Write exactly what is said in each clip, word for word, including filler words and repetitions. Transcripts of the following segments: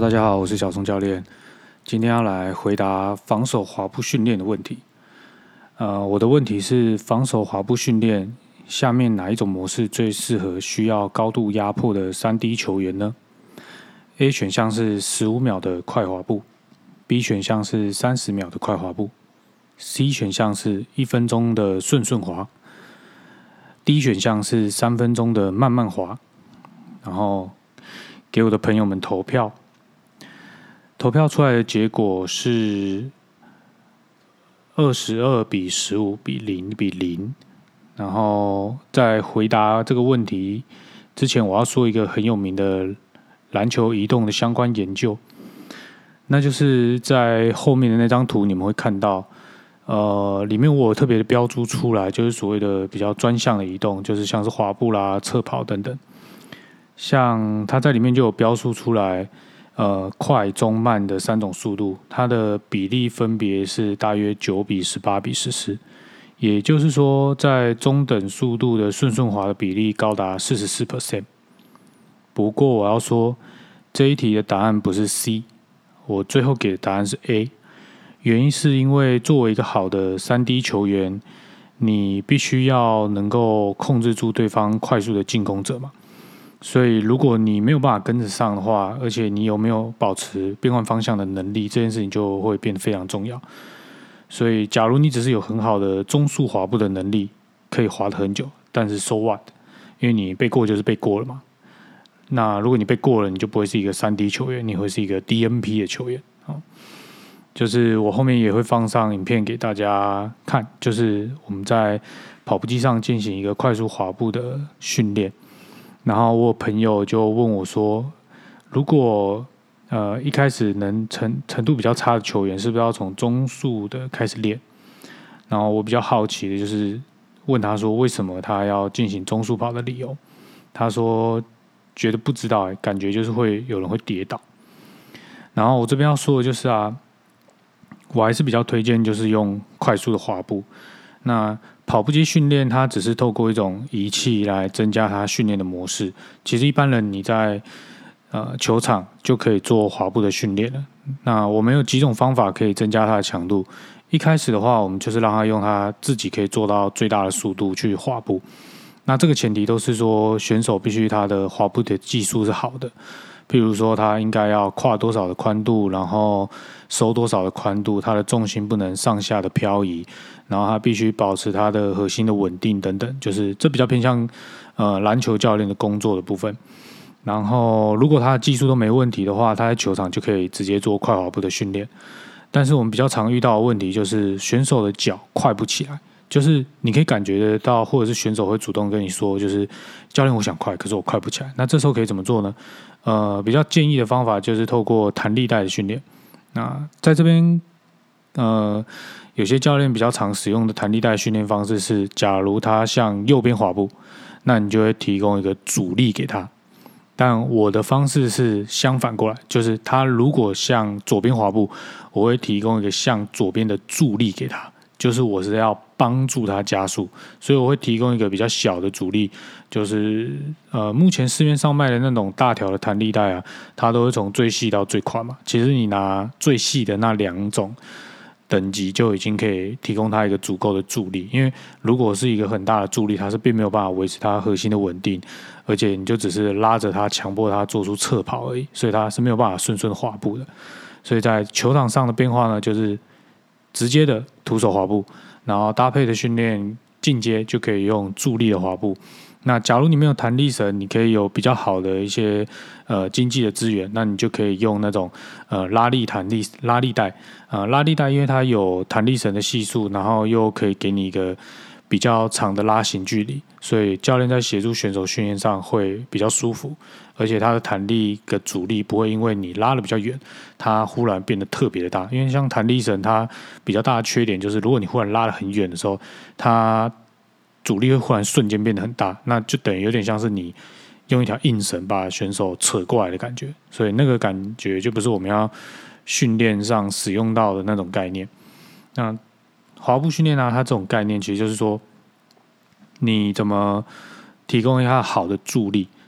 大家好，我是小松教练。今天要来回答防守滑步训练的问题。呃，我的问题是防守滑步训练下面哪一种模式最适合需要高度压迫的 三 D 球员呢？ A 选项是十五秒的快滑步， B 选项是三十秒的快滑步， C 选项是一分钟的顺顺滑， D 选项是三分钟的慢慢滑。然后给我的朋友们投票。投票出来的结果是二十二比十五比零比零。然后在回答这个问题之前，我要说一个很有名的篮球移动的相关研究，那就是在后面的那张图你们会看到，呃，里面我有特别的标注出来，就是所谓的比较专项的移动，就是像是滑步啦、侧跑等等。像它在里面就有标述出来。呃，快、中、慢的三种速度，它的比例分别是大约九比十八比十四，也就是说，在中等速度的顺顺滑的比例高达 百分之四十四。不过我要说，这一题的答案不是 C， 我最后给的答案是 A。原因是因为作为一个好的 三 D 球员，你必须要能够控制住对方快速的进攻者嘛。所以，如果你没有办法跟得上的话，而且你有没有保持变换方向的能力，这件事情就会变得非常重要。所以，假如你只是有很好的中速滑步的能力，可以滑得很久，但是 so what？ 因为你被过就是被过了嘛。那如果你被过了，你就不会是一个 三 D 球员，你会是一个 D N P 的球员。就是我后面也会放上影片给大家看，就是我们在跑步机上进行一个快速滑步的训练。然后我朋友就问我说：“如果呃一开始能程程度比较差的球员，是不是要从中速的开始练？”然后我比较好奇的就是问他说：“为什么他要进行中速跑的理由？”他说：“觉得不知道、欸，感觉就是会有人会跌倒。”然后我这边要说的就是啊，我还是比较推荐就是用快速的滑步。那跑步机训练，它只是透过一种仪器来增加它训练的模式。其实一般人你在呃球场就可以做滑步的训练了。那我们有几种方法可以增加它的强度。一开始的话，我们就是让它用它自己可以做到最大的速度去滑步。那这个前提都是说选手必须他的滑步的技术是好的。譬如说，他应该要跨多少的宽度，然后收多少的宽度，他的重心不能上下的漂移，然后他必须保持他的核心的稳定等等，就是这比较偏向呃篮球教练的工作的部分。然后，如果他的技术都没问题的话，他在球场就可以直接做快滑步的训练。但是我们比较常遇到的问题就是选手的脚快不起来。就是你可以感觉得到，或者是选手会主动跟你说，就是教练我想快，可是我快不起来。那这时候可以怎么做呢？呃，比较建议的方法就是透过弹力带的训练。那在这边，呃，有些教练比较常使用的弹力带训练方式是，假如他向右边滑步，那你就会提供一个阻力给他。但我的方式是相反过来，就是他如果向左边滑步，我会提供一个向左边的助力给他。就是我是要帮助他加速，所以我会提供一个比较小的阻力，就是呃，目前市面上卖的那种大条的弹力带啊，它都会从最细到最宽嘛。其实你拿最细的那两种等级就已经可以提供它一个足够的助力，因为如果是一个很大的助力，它是并没有办法维持它核心的稳定，而且你就只是拉着它，强迫它做出侧跑而已，所以它是没有办法顺顺滑步的。所以在球场上的变化呢，就是直接的徒手滑步，然后搭配的训练进阶就可以用助力的滑步。那假如你没有弹力绳，你可以有比较好的一些呃经济的资源，那你就可以用那种呃拉力弹力拉力带，呃拉力带因为它有弹力绳的系数，然后又可以给你一个比较长的拉行距离，所以教练在协助选手训练上会比较舒服，而且它的弹力的阻力不会因为你拉得比较远，它忽然变得特别的大。因为像弹力绳，它比较大的缺点就是，如果你忽然拉得很远的时候，它阻力会忽然瞬间变得很大，那就等于有点像是你用一条硬绳把选手扯过来的感觉，所以那个感觉就不是我们要训练上使用到的那种概念。那滑步训练啊，它这种概念其实就是说，你怎么提供一下好的助力，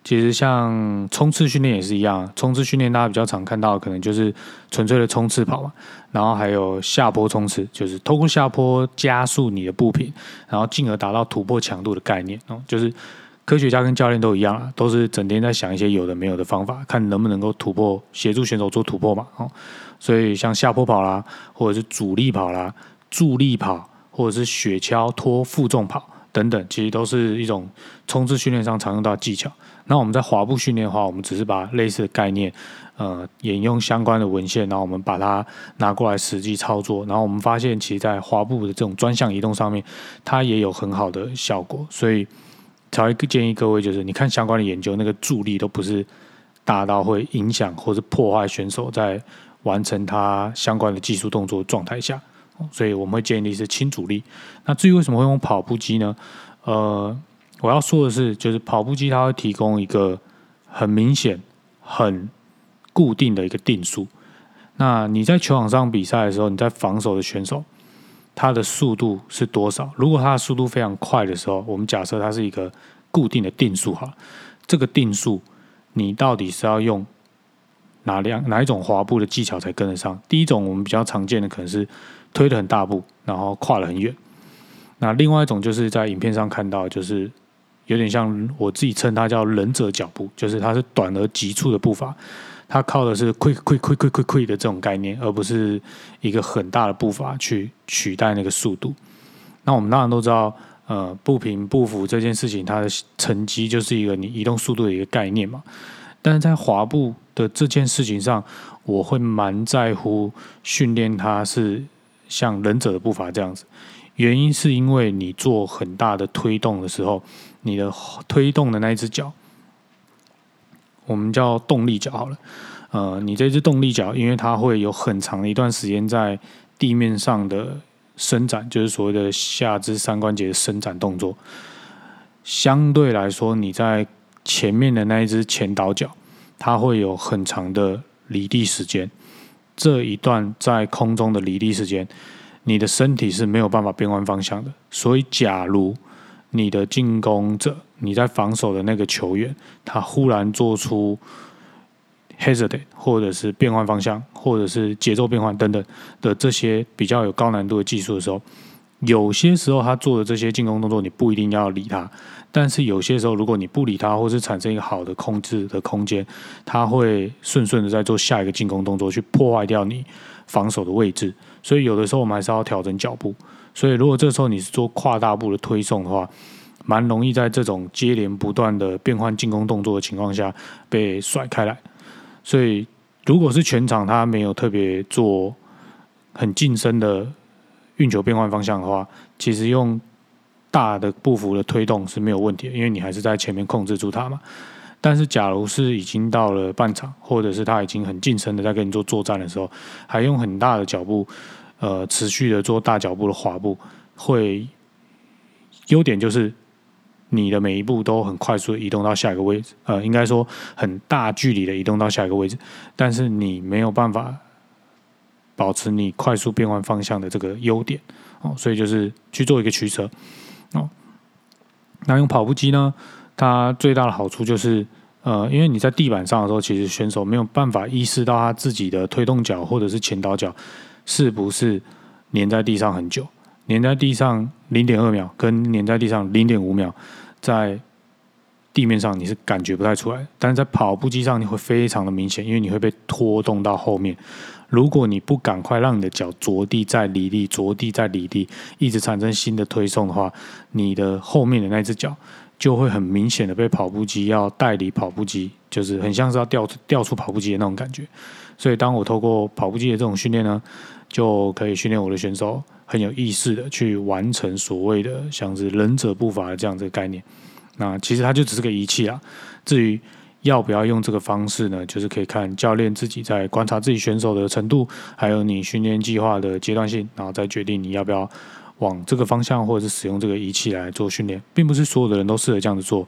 其实像冲刺训练也是一样，冲刺训练大家比较常看到的可能就是纯粹的冲刺跑嘛，然后还有下坡冲刺，就是透过下坡加速你的步频，然后进而达到突破强度的概念哦。就是科学家跟教练都一样啦，都是整天在想一些有的没有的方法，看能不能够突破，协助选手做突破嘛哦。所以像下坡跑啦，或者是阻力跑啦、助力跑，或者是雪橇拖负重跑等等，其实都是一种冲刺训练上常用到的技巧。那我们在滑步训练的话，我们只是把类似的概念，呃，引用相关的文献，然后我们把它拿过来实际操作，然后我们发现，其实在滑步的这种专项移动上面，它也有很好的效果，所以才会建议各位，就是你看相关的研究，那个助力都不是大到会影响或是破坏选手在完成他相关的技术动作的状态下，所以我们会建议是轻阻力。那至于为什么会用跑步机呢？呃。我要说的是，就是跑步机它会提供一个很明显、很固定的一个定数。那你在球场上比赛的时候，你在防守的选手，他的速度是多少？如果他的速度非常快的时候，我们假设它是一个固定的定数好了，这个定数你到底是要用哪两哪一种滑步的技巧才跟得上？第一种我们比较常见的可能是推得很大步，然后跨得很远。那另外一种就是在影片上看到，就是有点像我自己称它叫忍者脚步，就是它是短而急促的步伐，它靠的是 quick quick quick quick quick quick 的这种概念，而不是一个很大的步伐去取代那个速度。那我们当然都知道，呃，步频步幅这件事情，它的成绩就是一个你移动速度的一个概念嘛。但是在滑步的这件事情上，我会蛮在乎训练它是像忍者的步伐这样子。原因是因为你做很大的推动的时候，你的推动的那一只脚，我们叫动力脚好了。呃，你这只动力脚，因为它会有很长的一段时间在地面上的伸展，就是所谓的下肢三关节的伸展动作。相对来说，你在前面的那一只前导脚，它会有很长的离地时间。这一段在空中的离地时间，你的身体是没有办法变换方向的。所以，假如你的进攻者，你在防守的那个球员，他忽然做出 hesitate， 或者是变换方向，或者是节奏变换等等的这些比较有高难度的技术的时候，有些时候他做的这些进攻动作，你不一定要理他。但是有些时候，如果你不理他，或是产生一个好的控制的空间，他会顺顺的在做下一个进攻动作，去破坏掉你防守的位置。所以有的时候我们还是要调整脚步。所以如果这时候你是做跨大步的推送的话，蛮容易在这种接连不断的变换进攻动作的情况下被甩开来。所以如果是全场他没有特别做很近身的运球变换方向的话，其实用大的步幅的推动是没有问题的，因为你还是在前面控制住它嘛。但是假如是已经到了半场，或者是他已经很近身的在跟你做作战的时候，还用很大的脚步呃，持续的做大脚步的滑步，会优点就是你的每一步都很快速的移动到下一个位置，呃，应该说很大距离的移动到下一个位置，但是你没有办法保持你快速变换方向的这个优点哦，所以就是去做一个取舍哦。那用跑步机呢，它最大的好处就是，呃，因为你在地板上的时候，其实选手没有办法意识到他自己的推动脚或者是前导脚是不是粘在地上很久，粘在地上 零点二秒跟粘在地上 零点五秒，在地面上你是感觉不太出来，但是在跑步机上你会非常的明显，因为你会被拖动到后面。如果你不赶快让你的脚着地再离地，着地再离地，一直产生新的推送的话，你的后面的那只脚就会很明显的被跑步机要带离跑步机，就是很像是要掉掉出跑步机的那种感觉。所以当我透过跑步机的这种训练呢，就可以训练我的选手很有意识的去完成所谓的像是忍者步伐的这样子的概念。那其实它就只是个仪器啦，至于要不要用这个方式呢，就是可以看教练自己在观察自己选手的程度，还有你训练计划的阶段性，然后再决定你要不要往这个方向或者是使用这个仪器来做训练。并不是所有的人都适合这样子做，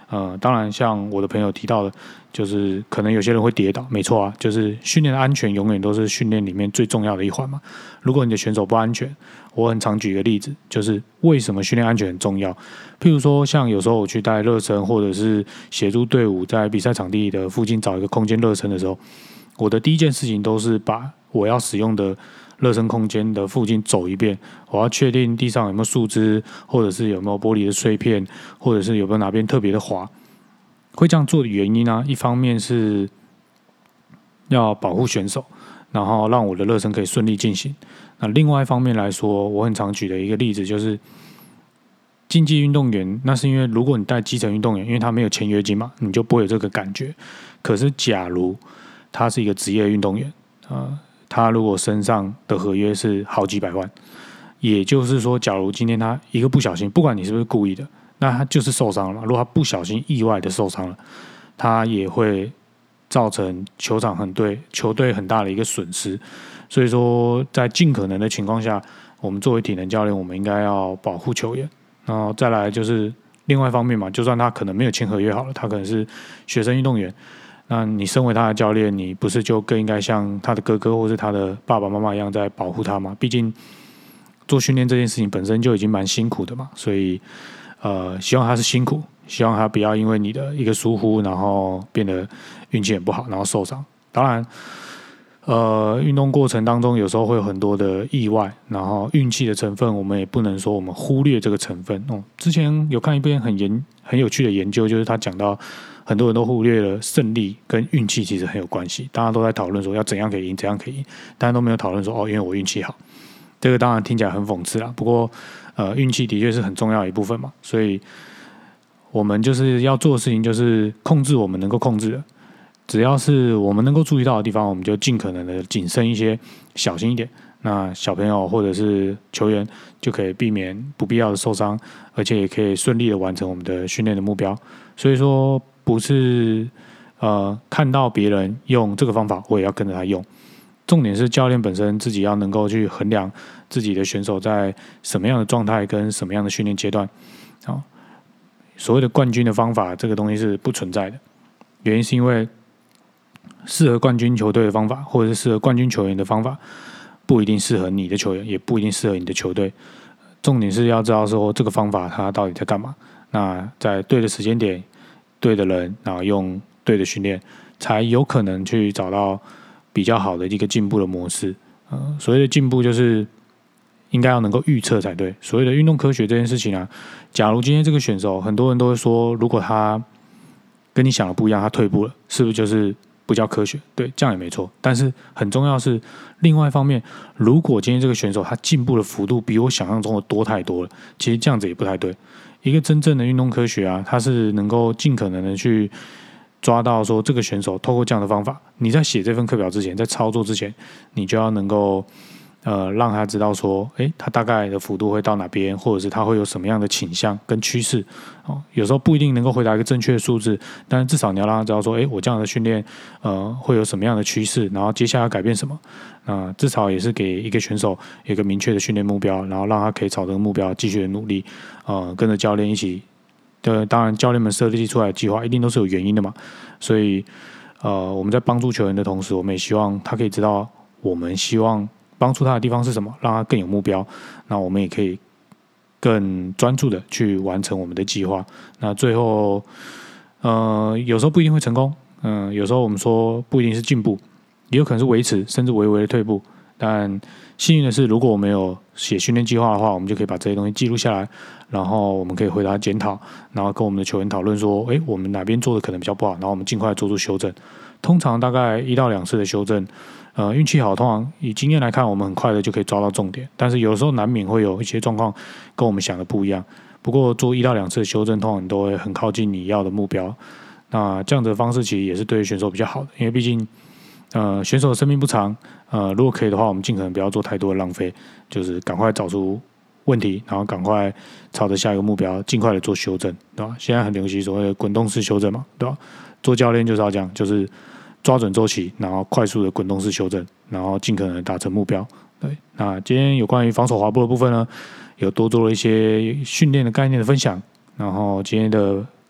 呃，当然像我的朋友提到的，就是可能有些人会跌倒，没错啊，就是训练的安全永远都是训练里面最重要的一环嘛。如果你的选手不安全，我很常举一个例子，就是为什么训练安全很重要。譬如说，像有时候我去带热身，或者是协助队伍在比赛场地的附近找一个空间热身的时候，我的第一件事情都是把我要使用的热身空间的附近走一遍，我要确定地上有没有树枝，或者是有没有玻璃的碎片，或者是有没有哪边特别的滑。会这样做的原因呢，一方面是要保护选手，然后让我的热身可以顺利进行。那另外一方面来说，我很常举的一个例子就是，竞技运动员，那是因为如果你带基层运动员，因为他没有签约金嘛，你就不会有这个感觉。可是假如他是一个职业运动员，呃，他如果身上的合约是好几百万，也就是说，假如今天他一个不小心，不管你是不是故意的，那他就是受伤了嘛。如果他不小心意外的受伤了，他也会造成球场很对球队很大的一个损失。所以说，在尽可能的情况下，我们作为体能教练，我们应该要保护球员。然后再来就是另外一方面嘛，就算他可能没有签合约好了，他可能是学生运动员，那你身为他的教练，你不是就更应该像他的哥哥或是他的爸爸妈妈一样在保护他吗？毕竟做训练这件事情本身就已经蛮辛苦的嘛，所以呃，希望他是辛苦，希望他不要因为你的一个疏忽，然后变得运气很不好，然后受伤。当然，呃，运动过程当中有时候会有很多的意外，然后运气的成分，我们也不能说我们忽略这个成分。哦，之前有看一篇很研很有趣的研究，就是他讲到很多人都忽略了胜利跟运气其实很有关系，大家都在讨论说要怎样可以赢，怎样可以赢，大家都没有讨论说哦，因为我运气好。这个当然听起来很讽刺啦，不过呃，运气的确是很重要的一部分嘛，所以我们就是要做的事情就是控制我们能够控制的，只要是我们能够注意到的地方，我们就尽可能的谨慎一些，小心一点。那小朋友或者是球员就可以避免不必要的受伤，而且也可以顺利的完成我们的训练的目标。所以说，不是呃看到别人用这个方法，我也要跟着他用。重点是教练本身自己要能够去衡量自己的选手在什么样的状态跟什么样的训练阶段。好，所谓的冠军的方法，这个东西是不存在的。原因是因为适合冠军球队的方法，或者是适合冠军球员的方法，不一定适合你的球员，也不一定适合你的球队。重点是要知道说这个方法它到底在干嘛。那在对的时间点、对的人，然后用对的训练，才有可能去找到比较好的一个进步的模式。呃，所谓的进步就是应该要能够预测才对。所谓的运动科学这件事情啊，假如今天这个选手，很多人都会说，如果他跟你想的不一样，他退步了，是不是就是不叫科学？对，这样也没错。但是很重要的是，另外一方面，如果今天这个选手他进步的幅度比我想象中的多太多了，其实这样子也不太对。一个真正的运动科学啊，它是能够尽可能的去抓到说这个选手透过这样的方法，你在写这份课表之前，在操作之前，你就要能够呃让他知道说，诶，他大概的幅度会到哪边，或者是他会有什么样的倾向跟趋势。哦，有时候不一定能够回答一个正确的数字，但是至少你要让他知道说，诶，我这样的训练呃会有什么样的趋势，然后接下来要改变什么。那、呃、至少也是给一个选手有一个明确的训练目标，然后让他可以朝这个目标继续的努力，呃，跟着教练一起。对，当然教练们设计出来的计划一定都是有原因的嘛，所以呃我们在帮助球员的同时，我们也希望他可以知道我们希望帮助他的地方是什么，让他更有目标，那我们也可以更专注的去完成我们的计划。那最后呃有时候不一定会成功，嗯、呃，有时候我们说不一定是进步，也有可能是维持甚至微微的退步。但幸运的是，如果我们有写训练计划的话，我们就可以把这些东西记录下来，然后我们可以回答检讨，然后跟我们的球员讨论说，诶，我们哪边做的可能比较不好，然后我们尽快做出修正。通常大概一到两次的修正，呃，运气好，通常以经验来看，我们很快的就可以抓到重点。但是有时候难免会有一些状况跟我们想的不一样。不过做一到两次的修正，通常都会很靠近你要的目标。那这样的方式其实也是对选手比较好的，因为毕竟。呃，选手的生命不长，呃，如果可以的话，我们尽可能不要做太多的浪费，就是赶快找出问题，然后赶快朝着下一个目标尽快的做修正，对吧？现在很流行所谓的滚动式修正嘛，对吧？做教练就是要这样，就是抓准周期，然后快速的滚动式修正，然后尽可能达成目标。对，那今天有关于防守滑步的部分呢，有多做了一些训练的概念的分享，然后今天的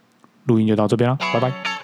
录音就到这边了，拜拜。